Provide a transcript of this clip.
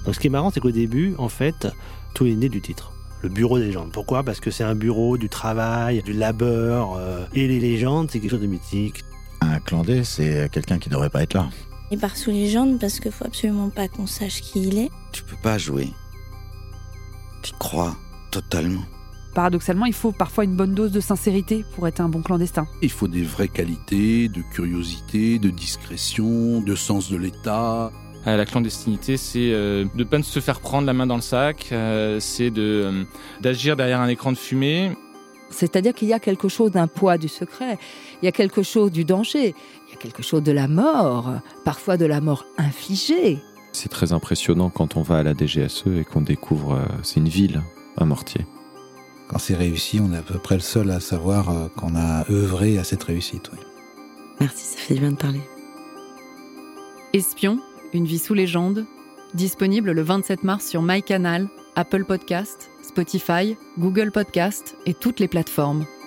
Donc ce qui est marrant, c'est qu'au début, en fait, tout est né du titre. Le bureau des légendes. Pourquoi ? Parce que c'est un bureau du travail, du labeur. Et les légendes, c'est quelque chose de mythique. Un clandé, c'est quelqu'un qui ne devrait pas être là. Il part sous légende parce qu'il faut absolument pas qu'on sache qui il est. Tu peux pas jouer. Tu crois totalement. Paradoxalement, il faut parfois une bonne dose de sincérité pour être un bon clandestin. Il faut des vraies qualités, de curiosité, de discrétion, de sens de l'État. La clandestinité, c'est de ne pas se faire prendre la main dans le sac, c'est d'agir derrière un écran de fumée. C'est-à-dire qu'il y a quelque chose d'un poids du secret, il y a quelque chose du danger, il y a quelque chose de la mort, parfois de la mort infligée. C'est très impressionnant quand on va à la DGSE et qu'on découvre, c'est une ville, un Mortier. Quand c'est réussi, on est à peu près le seul à savoir qu'on a œuvré à cette réussite. Oui. Merci, ça fait du bien de parler. Espion, une vie sous légende, disponible le 27 mars sur MyCanal, Apple Podcast, Spotify, Google Podcast et toutes les plateformes.